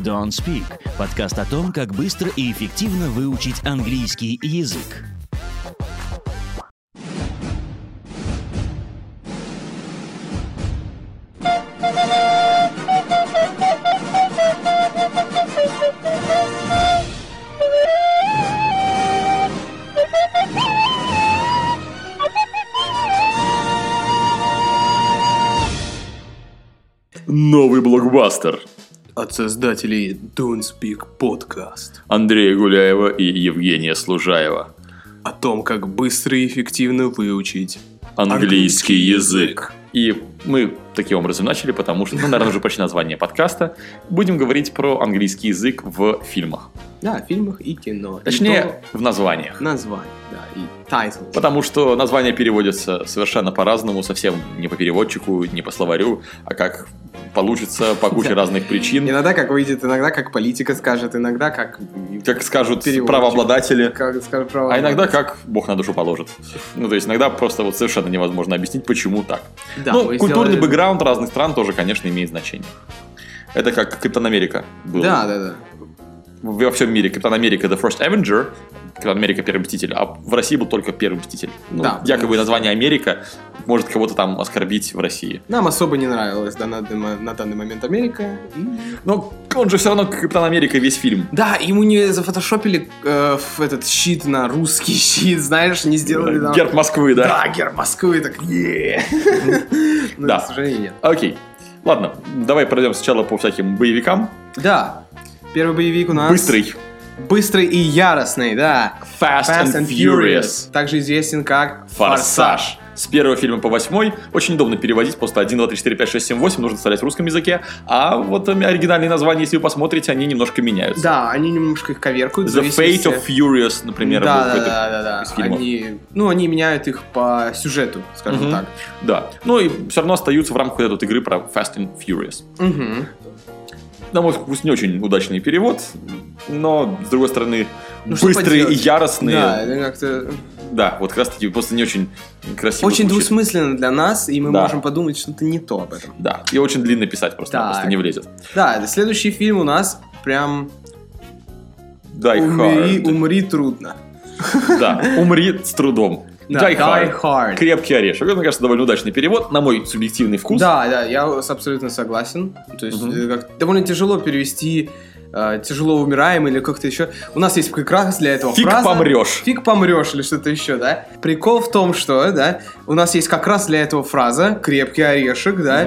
Don't Speak – подкаст о том, как быстро и эффективно выучить английский язык. Новый блокбастер от создателей Don't Speak Podcast Андрея Гуляева и Евгения Служаева о том, как быстро и эффективно выучить английский язык. И мы таким образом начали, потому что, наверное, уже почти название подкаста. Будем говорить про английский язык в фильмах. Да, в фильмах и кино. Точнее, в названиях. Название, да, и тайтл. Потому что названия переводятся совершенно по-разному, совсем не по переводчику, не по словарю, а как получится по куче разных причин. Иногда как выйдет, иногда как политика скажет, иногда как скажут правообладатели, а иногда как как Бог на душу положит. Ну, то есть иногда просто вот совершенно невозможно объяснить, почему так. Да, ну, культурный бэкграунд разных стран тоже, конечно, имеет значение. Это как Капитан Америка был. Да. Во всем мире Капитан Америка The First Avenger, Капитан Америка Первый Мститель, а в России был только Первый Мститель. Ну, да. Якобы название Америка может кого-то там оскорбить в России. Нам особо не нравилась на данный момент Америка. Но он же все равно Капитан Америка весь фильм. Да, ему не зафотошопили этот щит на русский щит, знаешь, не сделали. Да, герб Москвы, да? Да, герб Москвы, так да. К сожалению, нет. Окей. Ладно, давай пройдем сначала по всяким боевикам. Да. Первый боевик у нас... Быстрый и яростный, да. Fast and Furious. Также известен как Форсаж. С первого фильма по 8 очень удобно переводить, просто 1, 2, 3, 4, 5, 6, 7, 8 нужно вставлять в русском языке, а вот оригинальные названия, если вы посмотрите, они немножко меняются. Да, они немножко их коверкуют. The Fate of Furious, например, был какой-то из фильмов. Они меняют их по сюжету, скажем так. Да, ну и все равно остаются в рамках этой игры про Fast and Furious. На мой вкус, не очень удачный перевод, но, с другой стороны, быстрые и яростные. Да, это как-то... Да, вот как раз таки просто не очень красиво очень звучит. Двусмысленно для нас, и мы можем подумать что-то не то об этом. Да, и очень длинно писать просто не влезет. Да, следующий фильм у нас прям... Умри трудно. Да, умри с трудом. Die Hard. Крепкий орешек. Это, мне кажется, довольно удачный перевод, на мой субъективный вкус. Да, я абсолютно согласен. То есть довольно тяжело перевести «тяжело умираем» или как-то еще. У нас есть как раз для этого фраза «фиг помрешь» или что-то еще, да. Прикол в том, что, да, у нас есть как раз для этого фраза «крепкий орешек», да,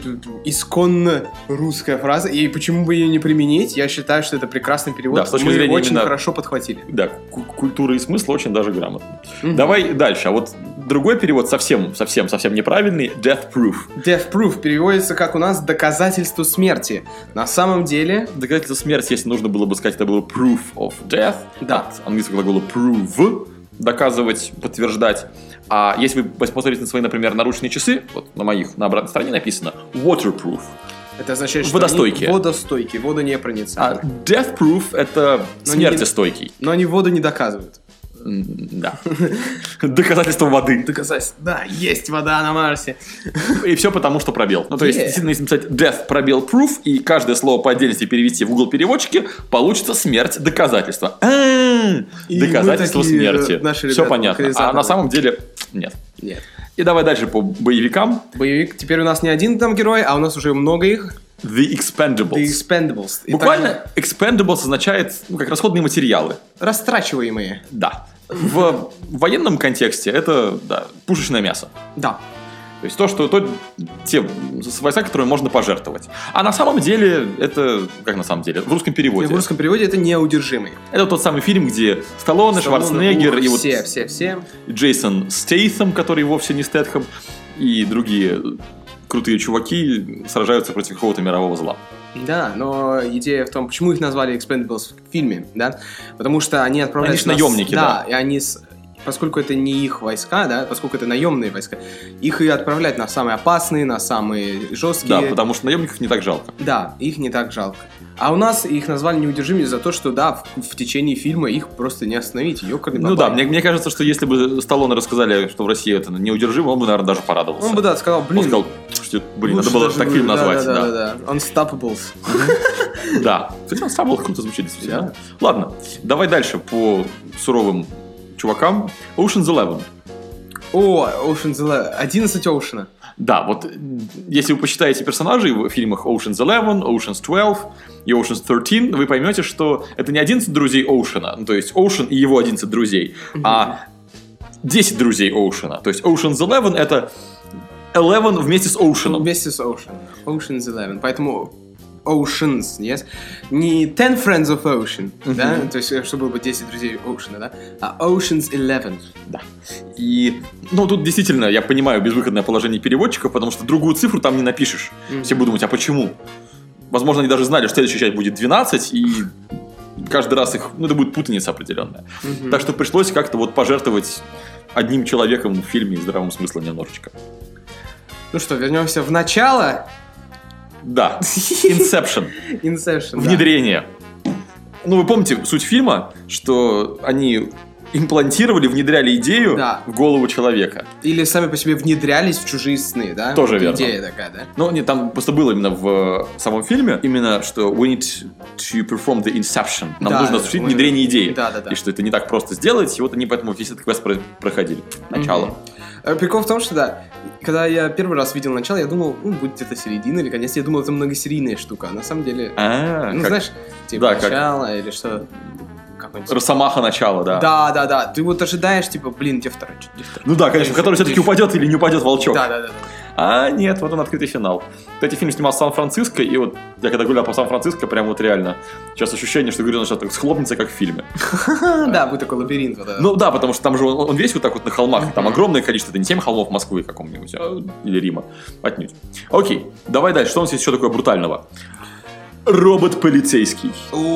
исконно русская фраза, и почему бы ее не применить? Я считаю, что это прекрасный перевод. Да, с точки зрения очень хорошо подхватили. Да, культура и смысл очень даже грамотно. Давай дальше. А вот другой перевод совсем неправильный. Death Proof. Death Proof переводится как у нас «доказательство смерти». На самом деле... Доказательство смерти, если нужно было бы сказать, это было proof of death. Да. От английского глагола prove. Доказывать, подтверждать. А если вы посмотрите на свои, например, наручные часы, вот на обратной стороне написано waterproof. Это означает, что водостойкие. Они водостойкие, водонепроницаемые. А death proof это смертестойкий. Но они воду не доказывают. Да. Доказательство воды. Да, есть вода на Марсе. И все потому, что пробел. Ну, то есть, действительно, если написать death, пробел, proof, и каждое слово по отдельности перевести в угол переводчики, получится смерть, доказательство. Доказательство смерти. Все понятно. А на самом деле нет. И давай дальше по боевикам. Боевик. Теперь у нас не один там герой, а у нас уже много их. The Expendables. Буквально Expendables означает как расходные материалы. Растрачиваемые. Да. В военном контексте это пушечное мясо. Да. То есть те войска, которые можно пожертвовать. А на самом деле это, как на самом деле, в русском переводе. В русском переводе это неудержимый. Это тот самый фильм, где Сталлоне, Шварценеггер и вот все. Джейсон Стейтхэм, который вовсе не Стэтхэм, и другие крутые чуваки сражаются против какого-то мирового зла. Да, но идея в том, почему их назвали Expendables в фильме, да? Потому что они отправляются... Они наемники, да. И поскольку это не их войска, да, поскольку это наемные войска, их и отправлять на самые опасные, на самые жесткие. Да, потому что наемников не так жалко. Да, их не так жалко. А у нас их назвали неудержимыми за то, что, да, в течение фильма их просто не остановить. Ёкарный бабай. Ну да, мне кажется, что если бы Сталлоне рассказали, что в России это неудержимо, он бы, наверное, даже порадовался. Он бы, да, сказал, блин. Он сказал, что, надо было так фильм назвать. Да. Unstoppables. Да. Кстати, Unstoppables круто звучит, действительно. Ладно, давай дальше по суровым чувакам. Ocean's 11. О, Ocean's 11. 11 Ocean'а. Да, вот если вы посчитаете персонажей в фильмах Ocean's 11, Ocean's 12 и Ocean's 13, вы поймете, что это не 11 друзей Оушена, ну, то есть Оушен и его 11 друзей, а 10 друзей Оушена. То есть Ocean's 11 это 11 вместе с Оушеном. Вместе с Оушеном. Ocean's 11. Поэтому Oceans, yes? Не 10 Friends of Ocean, да? То есть, что было бы 10 друзей Оушена, да? А Ocean's 11. Да. И, ну, тут действительно, я понимаю безвыходное положение переводчиков, потому что другую цифру там не напишешь. Все будут думать, а почему? Возможно, они даже знали, что следующая часть будет 12, и каждый раз их, ну, это будет путаница определенная. Так что пришлось как-то вот пожертвовать одним человеком в фильме и здравым смыслом немножечко. Ну что, вернемся в начало? Да, Inception. Внедрение. Да. Ну, вы помните суть фильма, что они имплантировали, внедряли идею в голову человека. Или сами по себе внедрялись в чужие сны, да? Тоже верно. Идея такая, да? Ну, нет, там просто было именно в самом фильме, именно, что we need to perform the inception. Нам нужно осуществить внедрение идеи. Да. И что это не так просто сделать, и вот они поэтому весь этот квест проходили. Начало. Прикол в том, что, да, когда я первый раз видел начало, я думал, будет где-то середина или конец. Я думал, это многосерийная штука. А на самом деле, знаешь, типа начало или что... Росомаха начало, да. Да. Ты вот ожидаешь, типа, блин, где второй? Ну да, конечно, в который все-таки упадет или не упадет волчок. Да. А нет, вот он открытый финал. Кстати, фильм снимал в Сан-Франциско, и вот я когда гулял по Сан-Франциско, прям вот реально сейчас ощущение, что говорю, сейчас так схлопнется, как в фильме. Да, будет такой лабиринт. Ну да, потому что там же он весь вот так вот на холмах, там огромное количество, это не 7 холмов Москвы каком-нибудь, или Рима, отнюдь. Окей, давай дальше, что у нас есть еще такое брутального? Робот-полицейский.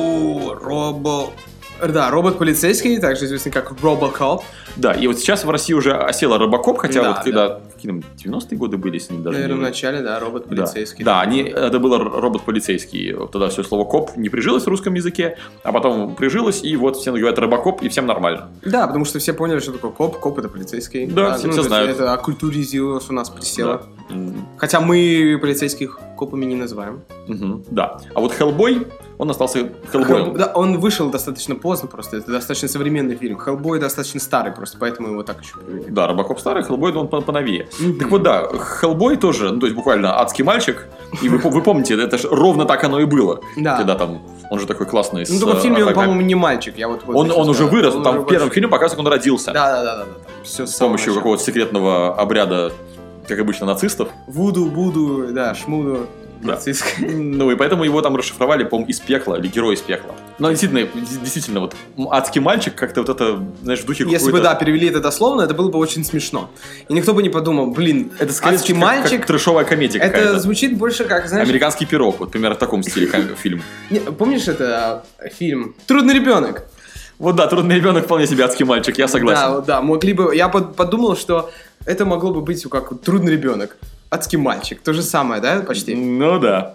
Да, робот-полицейский, также известный как Робокоп. Да, и вот сейчас в России уже осела Робокоп, хотя вот когда какие-то 90-е годы были, если не даже... Наверное, в начале, да, робот-полицейский. Да, это было робот-полицейский. Тогда все слово «коп» не прижилось в русском языке, а потом прижилось, и вот все говорят «робокоп», и всем нормально. Да, потому что все поняли, что такое коп. Коп — это полицейский. Да, все знают. Это оккультуризировалось у нас, присело. Да. Хотя мы полицейских копами не называем. Да. А вот Хеллбой, он остался Хеллбоем. Да, он вышел достаточно поздно просто. Это достаточно современный фильм. Хеллбой достаточно старый просто, поэтому его так еще привели. Да, Робокоп старый, Хеллбой он поновее. Так вот, да, Хеллбой тоже, ну, то есть буквально адский мальчик. И вы помните, это же ровно так оно и было. Да. Когда там, он же такой классный. Ну, только в фильме он, по-моему, не мальчик. Он уже вырос, там в первом фильме показывается, как он родился. Да. С помощью какого-то секретного обряда, как обычно, нацистов. Вуду, да, шмуду. Да. Ну и поэтому его там расшифровали, по-моему, из пекла, или герой из пекла. Но действительно, вот адский мальчик, как-то вот это, знаешь, в духе какой-то... Если бы, да, перевели это дословно, это было бы очень смешно. И никто бы не подумал, блин, это скорее адский мальчик... Как трэшовая комедия какая-то. Это звучит больше как, знаешь... Американский пирог, вот примерно в таком стиле фильм. Помнишь это фильм «Трудный ребенок»? Вот да, «Трудный ребенок» вполне себе адский мальчик, я согласен. Да, могли бы... Я подумал, что это могло бы быть как «Трудный ребенок». Адский мальчик. То же самое, да, почти? Ну да.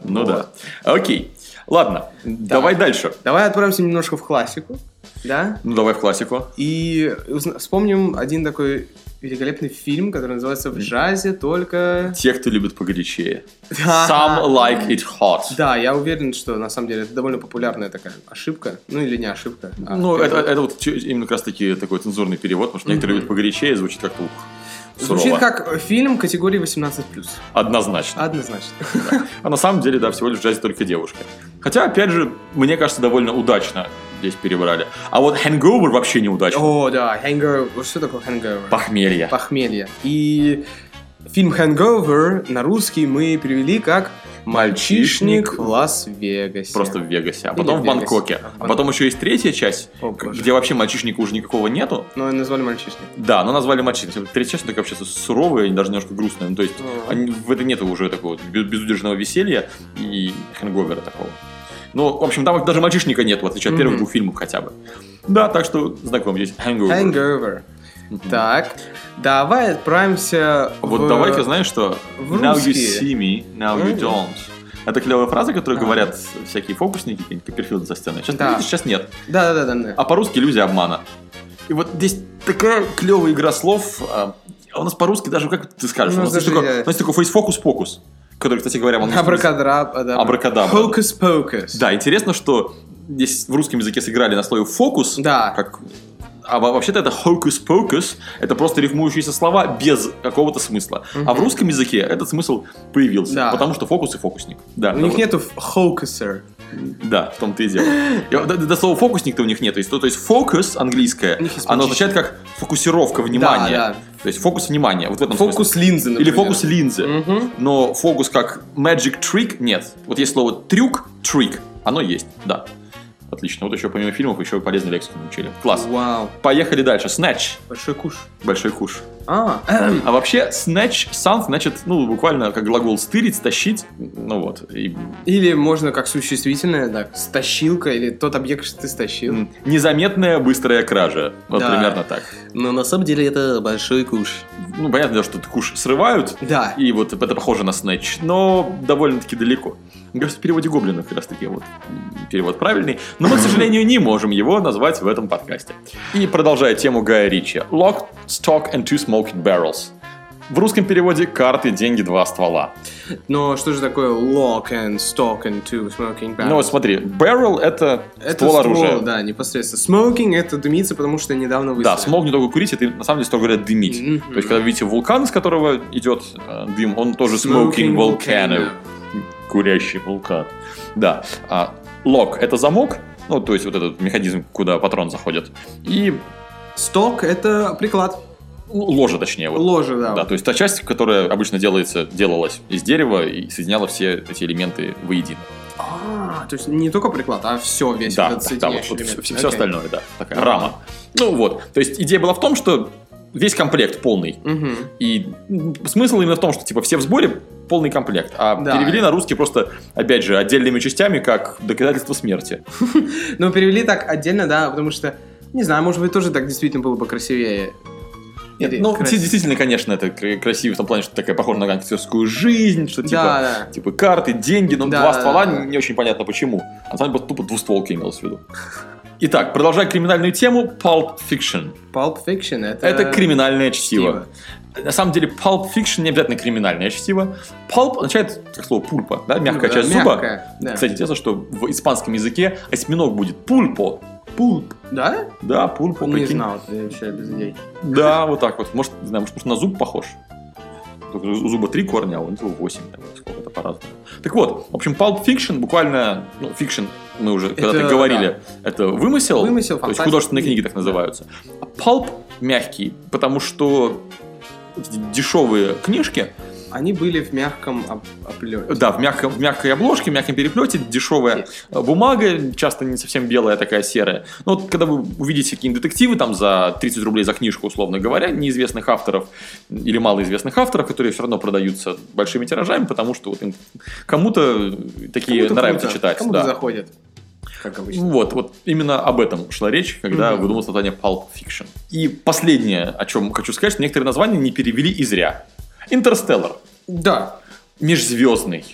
Окей. Ладно, давай дальше. Давай отправимся немножко в классику. Да? Ну, давай в классику. И вспомним один такой великолепный фильм, который называется «В джазе только...» Те, кто любит погорячее. Some like it hot. Да, я уверен, что на самом деле это довольно популярная такая ошибка. Ну, или не ошибка. Ну, это вот именно как раз таки такой цензурный перевод, потому что некоторые любят погорячее, звучит как-то сурово. Звучит как фильм категории 18+. Однозначно. Да. А на самом деле, да, всего лишь в джазе только девушка. Хотя, опять же, мне кажется, довольно удачно здесь перебрали. А вот Hangover вообще неудачно. О, да, Hangover. Что такое Hangover? Похмелье. И фильм Hangover на русский мы перевели как «Мальчишник в Лас-Вегасе». Просто в Вегасе. А потом в Бангкоке. А потом еще есть третья часть, где вообще мальчишника уже никакого нету. Но назвали «Мальчишник». Да, но назвали «Мальчишник». Третья часть такая вообще суровая и даже немножко грустная. Ну, то есть в этой нету уже такого безудержного веселья и хэнговера такого. Ну, в общем, там даже мальчишника нет, в отличие от первых двух фильмов хотя бы. Да, так что знаком здесь Hangover. Так, давай отправимся Вот давай-ка, знаешь что? Now you see me, now you don't. Это клевая фраза, которую говорят всякие фокусники, какие-нибудь Копперфилды со сцены. Сейчас ты видишь, сейчас нет. Да. А по-русски иллюзия обмана. И вот здесь такая клевая игра слов. А у нас по-русски даже, как ты скажешь, у нас есть такой фокус-покус, который, кстати говоря, он... Абракадабра. Фокус-покус. Да, интересно, что здесь в русском языке сыграли на слове фокус, как... А вообще-то это hocus-pocus, это просто рифмующиеся слова без какого-то смысла. А в русском языке этот смысл появился, потому что фокус и фокусник. Да, у них нету focusser. Да, в том-то и дело. До слова фокусник-то у них нет. То есть фокус английское, оно означает как фокусировка внимания. То есть фокус внимания. Вот в этом фокус линзы, например. Или фокус линзы. Но фокус как magic trick нет. Вот есть слово трюк, trick, оно есть, да. Отлично. Вот еще помимо фильмов еще полезной лексики научили. Класс. Вау. Поехали дальше. Snatch. Большой куш. А вообще snatch sound значит, буквально как глагол стырить, стащить. Или можно как существительное, так, стащилка, или тот объект, что ты стащил. Незаметная быстрая кража. Вот примерно так. Но на самом деле это большой куш. Понятно, что куш срывают. Да. И вот это похоже на snatch, но довольно-таки далеко. Мне кажется, в переводе Гоблина как раз таки перевод правильный. Но мы, к сожалению, не можем его назвать в этом подкасте. И продолжая тему Гая Ричи. Lock, stock and two smoking barrels. В русском переводе карты, деньги, два ствола. Но что же такое lock and stock and two smoking barrels? Смотри, barrel это ствол оружия. Да, непосредственно. Smoking это дымиться, потому что недавно выстрелил. Да, smoke не только курить, это на самом деле, строго говоря, дымить. То есть, когда вы видите вулкан, из которого идет дым, он тоже smoking volcano. Курящий вулкан. Да. Lock это замок, то есть вот этот механизм, куда патрон заходит. И stock это приклад. Ложе, точнее. Ложе, да. Да, то есть та часть, которая обычно делалась из дерева и соединяла все эти элементы воедино. То есть не только приклад, а все, весь этот соединяющий элемент. Все остальное, да. Такая рама. То есть идея была в том, что весь комплект полный. И смысл именно в том, что все в сборе, полный комплект. Перевели на русский просто, опять же, отдельными частями, как доказательство смерти. Перевели так отдельно, да, потому что, не знаю, может быть, тоже так действительно было бы красивее. Нет, действительно, конечно, это красиво в том плане, что такая похожа на гангстерскую жизнь, что типа карты, деньги, но два ствола, не очень понятно почему. А на самом деле тупо двустволки имелось в виду. Итак, продолжая криминальную тему, Pulp Fiction. Pulp Fiction это криминальное чтиво. На самом деле, Pulp Fiction не обязательно криминальное чтиво. Pulp означает, как слово пульпа, да, мягкая часть зуба. Да. Кстати, интересно, что в испанском языке осьминог будет пульпо. Пульп. Да? Да, пульпо. Не знал, я вообще без идей. Да, вот так вот. Может, не знаю, может, на зуб похож. Только у зуба 3 корня, а у него 8. Сколько-то по-разному. Так вот, в общем, Pulp Fiction буквально... Fiction, мы уже когда-то говорили, это вымысел. Вымысел, то есть художественные книги так называются. А Pulp мягкий, потому что дешевые книжки... Они были в мягком оплете. Да, в мягкой обложке, в мягком переплете, дешевая бумага, часто не совсем белая, такая серая. Но когда вы увидите какие-нибудь детективы там за 30 рублей за книжку, условно говоря, неизвестных авторов или малоизвестных авторов, которые все равно продаются большими тиражами, потому что кому-то такие нравится читать. Кому-то заходят. Как обычно. Вот именно об этом шла речь, когда выдумалось название Pulp Fiction. И последнее, о чем хочу сказать, что некоторые названия не перевели и зря. Интерстеллар. Да. Межзвездный.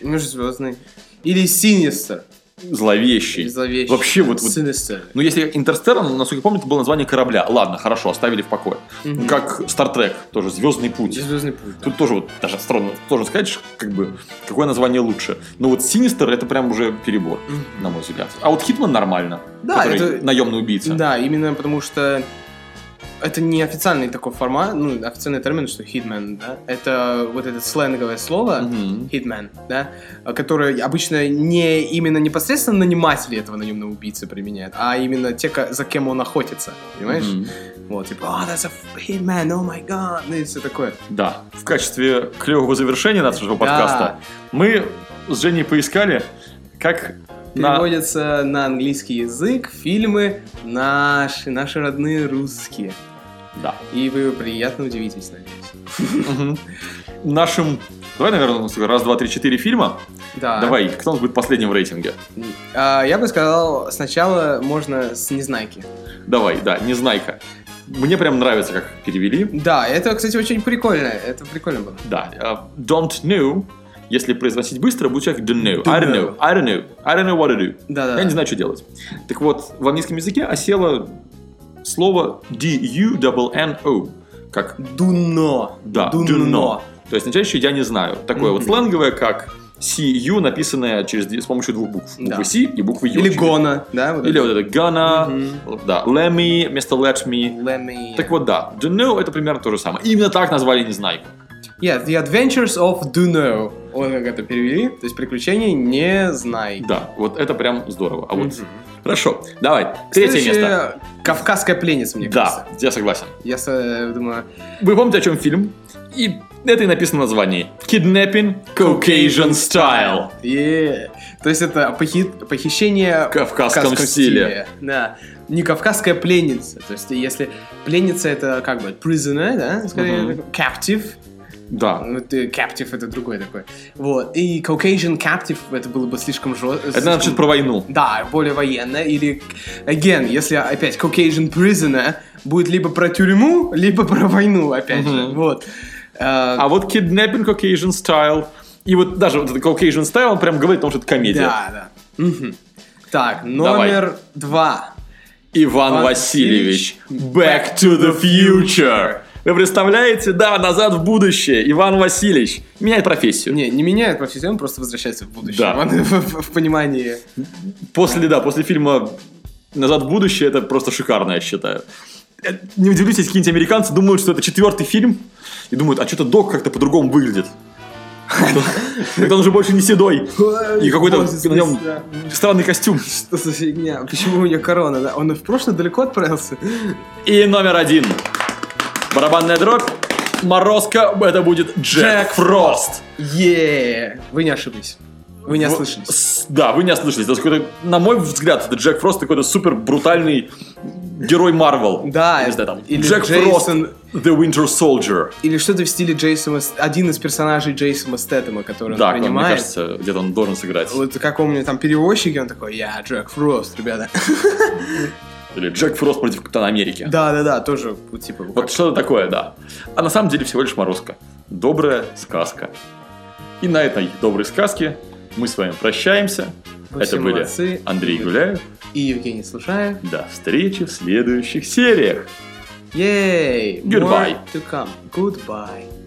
Или Sinister. Зловещий. Вообще вот. Sinister. Если Интерстеллар, насколько я помню, это было название корабля. Ладно, хорошо, оставили в покое. Как Star Trek, тоже Звездный путь. Тут тоже даже странно сказать, какое название лучше. Но вот Sinister это прям уже перебор, на мой взгляд. А вот Хитман нормально. Да, это наемный убийца. Да, именно потому что это не официальный такой формат, официальный термин, что hitman, да, это вот это сленговое слово, hitman, да, которое обычно не именно непосредственно наниматели этого наемного убийцы применяют, а именно те, за кем он охотится, понимаешь? Вот, типа, that's a hitman, oh my god, и все такое. Да, в качестве клевого завершения нашего подкаста мы с Женей поискали, как... Переводятся на английский язык фильмы наши родные русские. Да. И вы приятно удивитесь, надеюсь. Нашим... Давай, наверное, раз, два, три, 4 фильма. Да. Давай, кто у нас будет последним в рейтинге? Я бы сказал, сначала можно с Незнайки. Давай, да, Незнайка. Мне прям нравится, как перевели. Да, это, кстати, очень прикольно. Это прикольно было. Да. Don't know. Если произносить быстро, будет человек don't know. I don't know what to do. Да. Я не знаю, что делать. Так вот, в английском языке осело слово D-U-N-N-O. Как do know. Да, do know. То есть, начинающее я не знаю. Такое вот сленговое, как C-U, написанное с помощью двух букв. Буквы C и буквы U. Или gonna, да? Или вот это gonna, да, let me вместо let me. Так вот, да, do know это примерно то же самое. Именно так назвали Незнайку. Yeah, The Adventures of Do Know. Вот как это перевели. То есть приключения Незнайки. Да, вот это прям здорово. А вот хорошо, давай, третье место. Кавказская пленница, мне кажется. Да, я согласен. Я думаю... Вы помните, о чем фильм? И это и написано в названии. Kidnapping Caucasian Style. То есть это похищение в кавказском стиле. Да. Не кавказская пленница. То есть если пленница это как бы prisoner, да? Скорее captive. Да. Captive это другой такой. Вот. И Caucasian Captive это было бы слишком жестко. Это значит про войну. Да, более военное. Или, again, если опять Caucasian Prisoner, будет либо про тюрьму, либо про войну, опять же. Вот. А вот Kidnapping Caucasian Style. И вот даже вот этот Caucasian Style, он прям говорит о том, что это комедия. Да. Так, номер 2. Иван Васильевич. Back to the Future. Вы представляете? Да, назад в будущее. Иван Васильевич меняет профессию. Не меняет профессию, он просто возвращается в будущее. Да. В понимании. После фильма «Назад в будущее» это просто шикарно, я считаю. Не удивлюсь, если какие-нибудь американцы думают, что это 4-й фильм, и думают, а что-то Док как-то по-другому выглядит. Это он уже больше не седой. И какой-то на нем странный костюм. Что за фигня? Почему у него корона? Он в прошлое далеко отправился? И номер 1. Барабанная дробь. Морозко. Это будет Джек Фрост. Вы не ошиблись. Вы не ослышались. Да, вы не ослышались. На мой взгляд, это Джек Фрост какой-то супер брутальный герой Марвел. Да. Не знаю, там. Джек Фрост, The Winter Soldier. Или что-то в стиле один из персонажей Джейсона Стэтэма, который он принимает. Да, мне кажется, где-то он должен сыграть. Вот как он мне там переводчики, он такой, я Джек Фрост, ребята. Или Джек Фрост против Капитана Америки. Да, тоже типа. Вот что-то такое, да. А на самом деле всего лишь морозко. Добрая сказка. И на этой доброй сказке мы с вами прощаемся. Это были Андрей Гуляев и Евгений Слушаев. До встречи в следующих сериях. Yay! Goodbye. More to come. Goodbye.